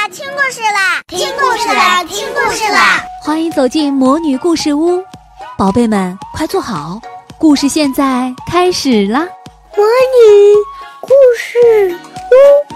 啦，听故事啦，听故事啦，听故事啦！ 欢迎走进魔女故事屋，宝贝们快坐好，故事现在开始啦！ 魔女故事屋。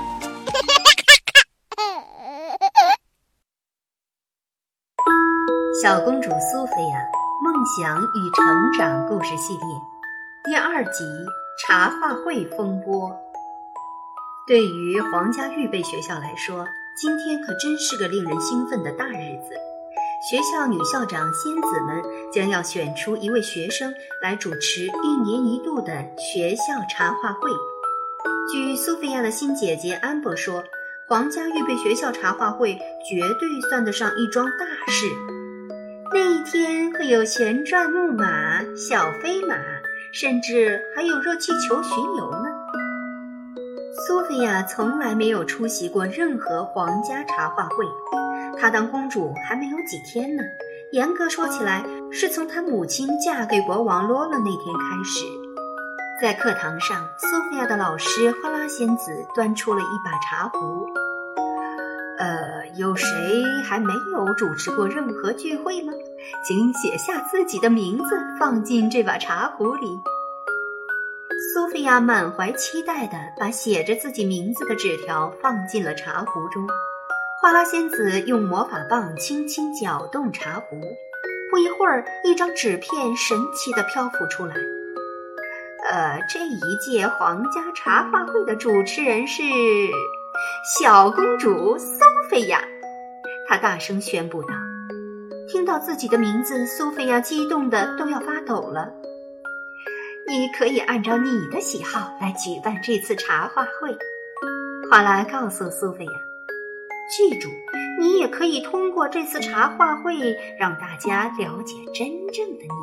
小公主苏菲亚梦想与成长故事系列第2集茶话会风波。对于皇家预备学校来说，今天可真是个令人兴奋的大日子。学校女校长仙子们将要选出一位学生来主持1年1度的学校茶话会。据苏菲亚的新姐姐安博说，皇家预备学校茶话会绝对算得上一桩大事。那一天会有旋转木马、小飞马，甚至还有热气球巡游呢。苏菲亚从来没有出席过任何皇家茶话会，她当公主还没有几天呢，严格说起来是从她母亲嫁给国王罗伦那天开始。在课堂上，苏菲亚的老师花拉仙子端出了一把茶壶。有谁还没有主持过任何聚会吗？请写下自己的名字，放进这把茶壶里。苏菲亚满怀期待地把写着自己名字的纸条放进了茶壶中。花拉仙子用魔法棒轻轻搅动茶壶，不一会儿，一张纸片神奇地漂浮出来。这一届皇家茶话会的主持人是小公主苏菲亚，她大声宣布道。听到自己的名字，苏菲亚激动得都要发抖了。你可以按照你的喜好来举办这次茶话会，花拉告诉苏菲亚。记住，你也可以通过这次茶话会让大家了解真正的你。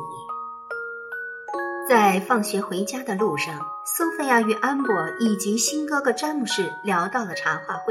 在放学回家的路上，苏菲亚与安博以及新哥哥詹姆士聊到了茶话会。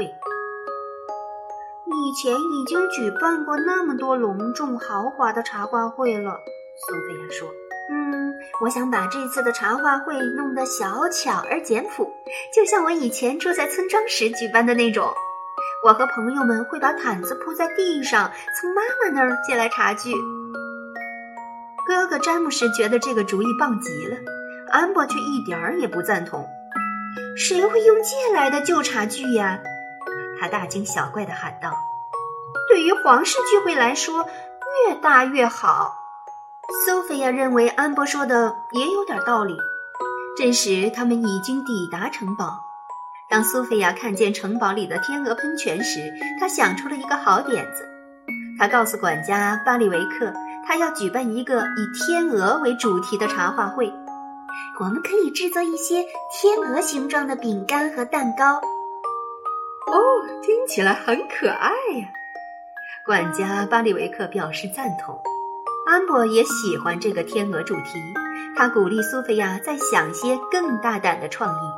以前已经举办过那么多隆重豪华的茶话会了，苏菲亚说。我想把这次的茶话会弄得小巧而简朴，就像我以前住在村庄时举办的那种。我和朋友们会把毯子铺在地上，从妈妈那儿借来茶具。哥哥詹姆士觉得这个主意棒极了，安博却一点儿也不赞同。谁会用借来的旧茶具呀？他大惊小怪地喊道。对于皇室聚会来说，越大越好。苏菲亚认为安博说的也有点道理。这时他们已经抵达城堡。当苏菲亚看见城堡里的天鹅喷泉时，她想出了一个好点子。她告诉管家巴里维克，她要举办一个以天鹅为主题的茶话会。我们可以制作一些天鹅形状的饼干和蛋糕。听起来很可爱呀！管家巴里维克表示赞同。安博也喜欢这个天鹅主题，他鼓励苏菲亚再想些更大胆的创意。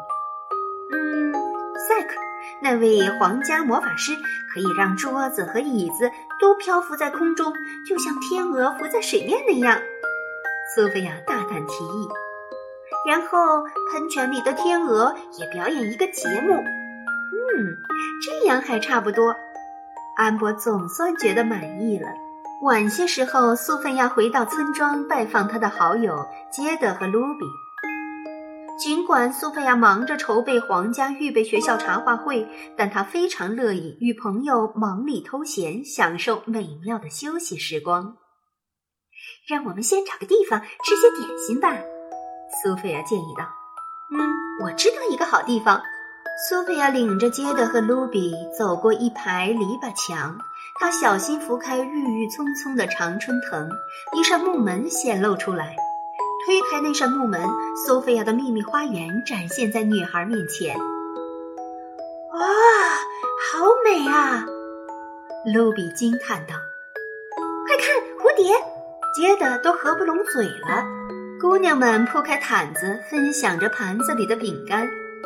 赛克，那位皇家魔法师，可以让桌子和椅子都漂浮在空中，就像天鹅浮在水面那样。苏菲亚大胆提议。然后喷泉里的天鹅也表演一个节目。这样还差不多。安博总算觉得满意了。晚些时候，苏菲亚回到村庄拜访她的好友杰德和卢比。尽管苏菲亚忙着筹备皇家预备学校茶话会，但她非常乐意与朋友忙里偷闲，享受美妙的休息时光。让我们先找个地方吃些点心吧，苏菲亚建议道。我知道一个好地方。苏菲亚领着杰德和卢比走过一排篱笆墙，她小心拂开郁郁葱葱的常春藤，一扇木门显露出来。推开那扇木门，苏菲亚的秘密花园展现在女孩面前。哇，好美啊！卢比惊叹道。快看，蝴蝶！杰德都合不拢嘴了。姑娘们铺开毯子，分享着盘子里的饼干。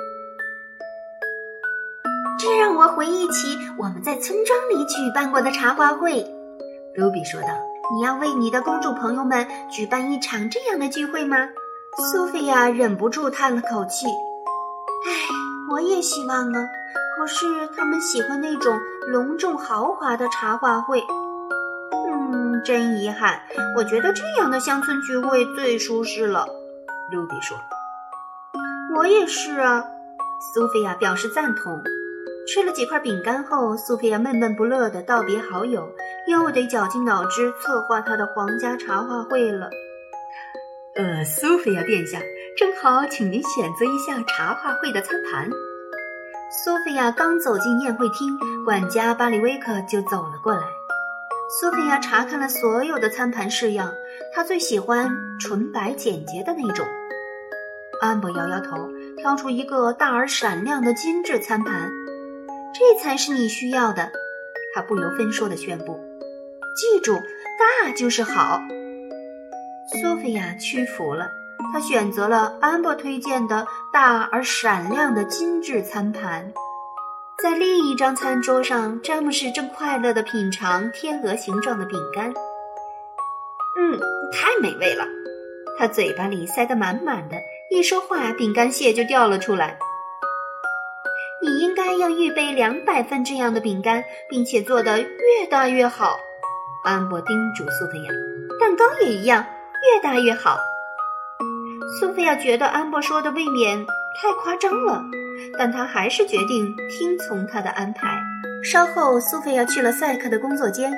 这让我回忆起我们在村庄里举办过的茶话会，卢比说道。你要为你的公主朋友们举办一场这样的聚会吗？苏菲亚忍不住叹了口气。 我也希望呢，可是他们喜欢那种隆重豪华的茶话会。真遗憾，我觉得这样的乡村聚会最舒适了。卢比说。我也是啊，苏菲亚表示赞同。吃了几块饼干后，苏菲亚闷闷不乐地道别好友，又得绞尽脑汁策划她的皇家茶话会了。苏菲亚殿下，正好请您选择一下茶话会的餐盘。苏菲亚刚走进宴会厅，管家巴里威克就走了过来。苏菲亚查看了所有的餐盘式样，她最喜欢纯白简洁的那种。安博摇摇头，挑出一个大而闪亮的精致餐盘。这才是你需要的，他不由分说地宣布。记住，大就是好。苏菲亚屈服了，她选择了安博推荐的大而闪亮的精致餐盘。在另一张餐桌上，詹姆士正快乐地品尝天鹅形状的饼干。太美味了，他嘴巴里塞得满满的，一说话饼干屑就掉了出来。你应该要预备200份这样的饼干，并且做得越大越好。安博叮嘱苏菲亚，蛋糕也一样，越大越好。苏菲亚觉得安博说的未免太夸张了，但她还是决定听从他的安排。稍后，苏菲亚去了赛克的工作间。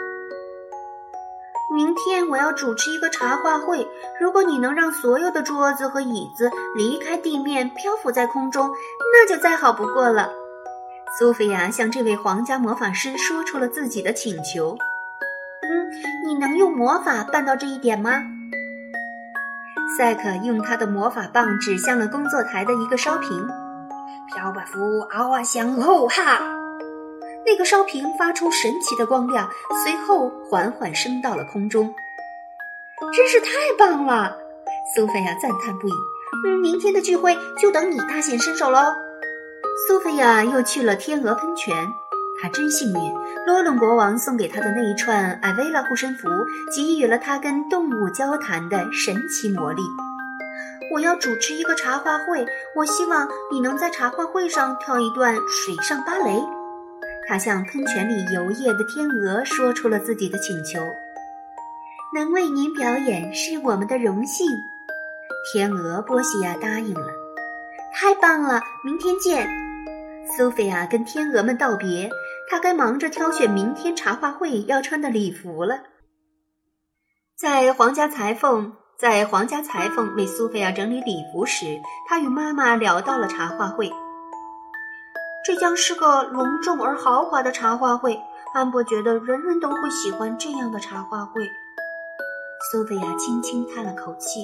明天我要主持一个茶话会，如果你能让所有的桌子和椅子离开地面漂浮在空中，那就再好不过了。苏菲亚向这位皇家魔法师说出了自己的请求。你能用魔法办到这一点吗？赛克用他的魔法棒指向了工作台的一个烧瓶。飘吧夫嗷啊响后哈！那个烧瓶发出神奇的光亮，随后缓缓升到了空中。真是太棒了！苏菲亚赞叹不已。明天的聚会就等你大显身手喽。苏菲亚又去了天鹅喷泉。她真幸运，罗伦国王送给她的那一串艾薇拉护身符给予了她跟动物交谈的神奇魔力。我要主持一个茶话会，我希望你能在茶话会上跳一段水上芭蕾。他向喷泉里游曳的天鹅说出了自己的请求。能为您表演是我们的荣幸。天鹅波西亚答应了。太棒了，明天见。苏菲亚跟天鹅们道别，她该忙着挑选明天茶话会要穿的礼服了。在皇家裁缝为苏菲亚整理礼服时，她与妈妈聊到了茶话会。这将是个隆重而豪华的茶话会，安博觉得人人都会喜欢这样的茶话会。苏菲亚轻轻叹了口气。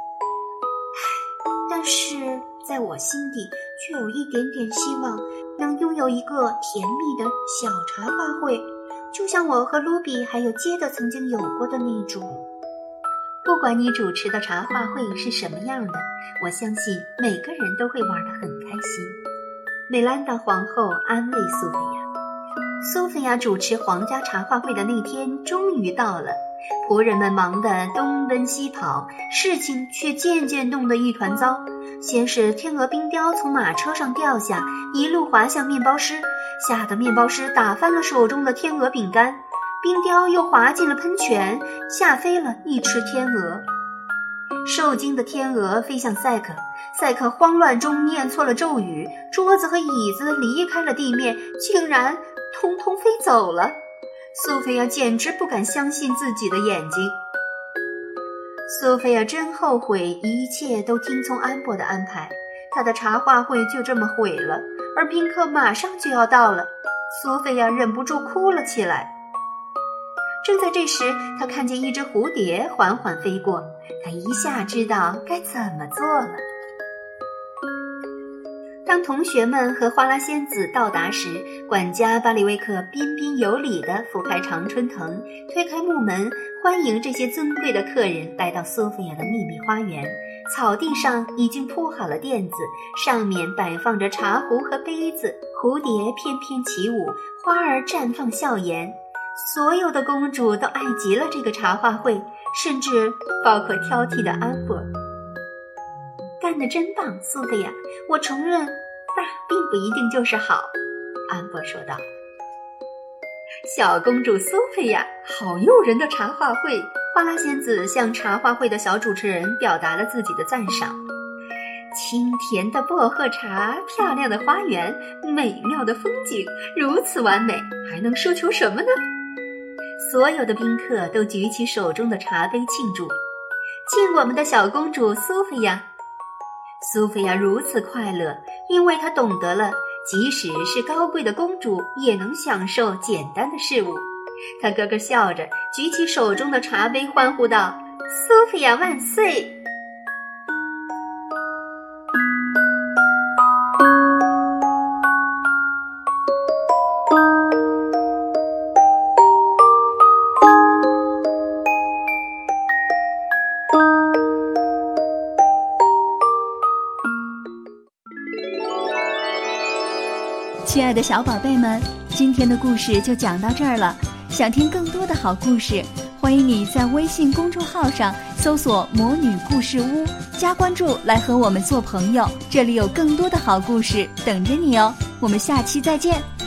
但是在我心底却有一点点希望，能拥有一个甜蜜的小茶话会，就像我和卢比还有杰德曾经有过的那种。不管你主持的茶话会是什么样的，我相信每个人都会玩得很开心。美兰达皇后安慰苏菲亚。苏菲亚主持皇家茶话会的那天终于到了，仆人们忙得东奔西跑，事情却渐渐弄得一团糟。先是天鹅冰雕从马车上掉下，一路滑向面包师，吓得面包师打翻了手中的天鹅饼干，冰雕又滑进了喷泉，吓飞了一只天鹅。受惊的天鹅飞向赛克，赛克慌乱中念错了咒语，桌子和椅子离开了地面，竟然通通飞走了。苏菲亚简直不敢相信自己的眼睛。苏菲亚真后悔一切都听从安博的安排，她的茶话会就这么毁了，而宾客马上就要到了。苏菲亚忍不住哭了起来。正在这时，她看见一只蝴蝶缓缓飞过，她一下知道该怎么做了。当同学们和花拉仙子到达时，管家巴里威克彬彬有礼地拂开常春藤，推开木门，欢迎这些尊贵的客人来到苏菲亚的秘密花园。草地上已经铺好了垫子，上面摆放着茶壶和杯子，蝴蝶翩翩起舞，花儿绽放笑颜。所有的公主都爱极了这个茶话会，甚至包括挑剔的安博。干得真棒，苏菲亚，我承认大并不一定就是好。安博说道。小公主苏菲亚，好诱人的茶话会！花拉仙子向茶话会的小主持人表达了自己的赞赏。清甜的薄荷茶，漂亮的花园，美妙的风景，如此完美，还能奢求什么呢？所有的宾客都举起手中的茶杯庆祝，敬我们的小公主苏菲亚。苏菲亚如此快乐，因为她懂得了即使是高贵的公主也能享受简单的事物。她咯咯笑着举起手中的茶杯欢呼道：苏菲亚万岁！ 亲爱的小宝贝们，今天的故事就讲到这儿了。想听更多的好故事，欢迎你在微信公众号上搜索魔女故事屋，加关注来和我们做朋友，这里有更多的好故事等着你哦。我们下期再见。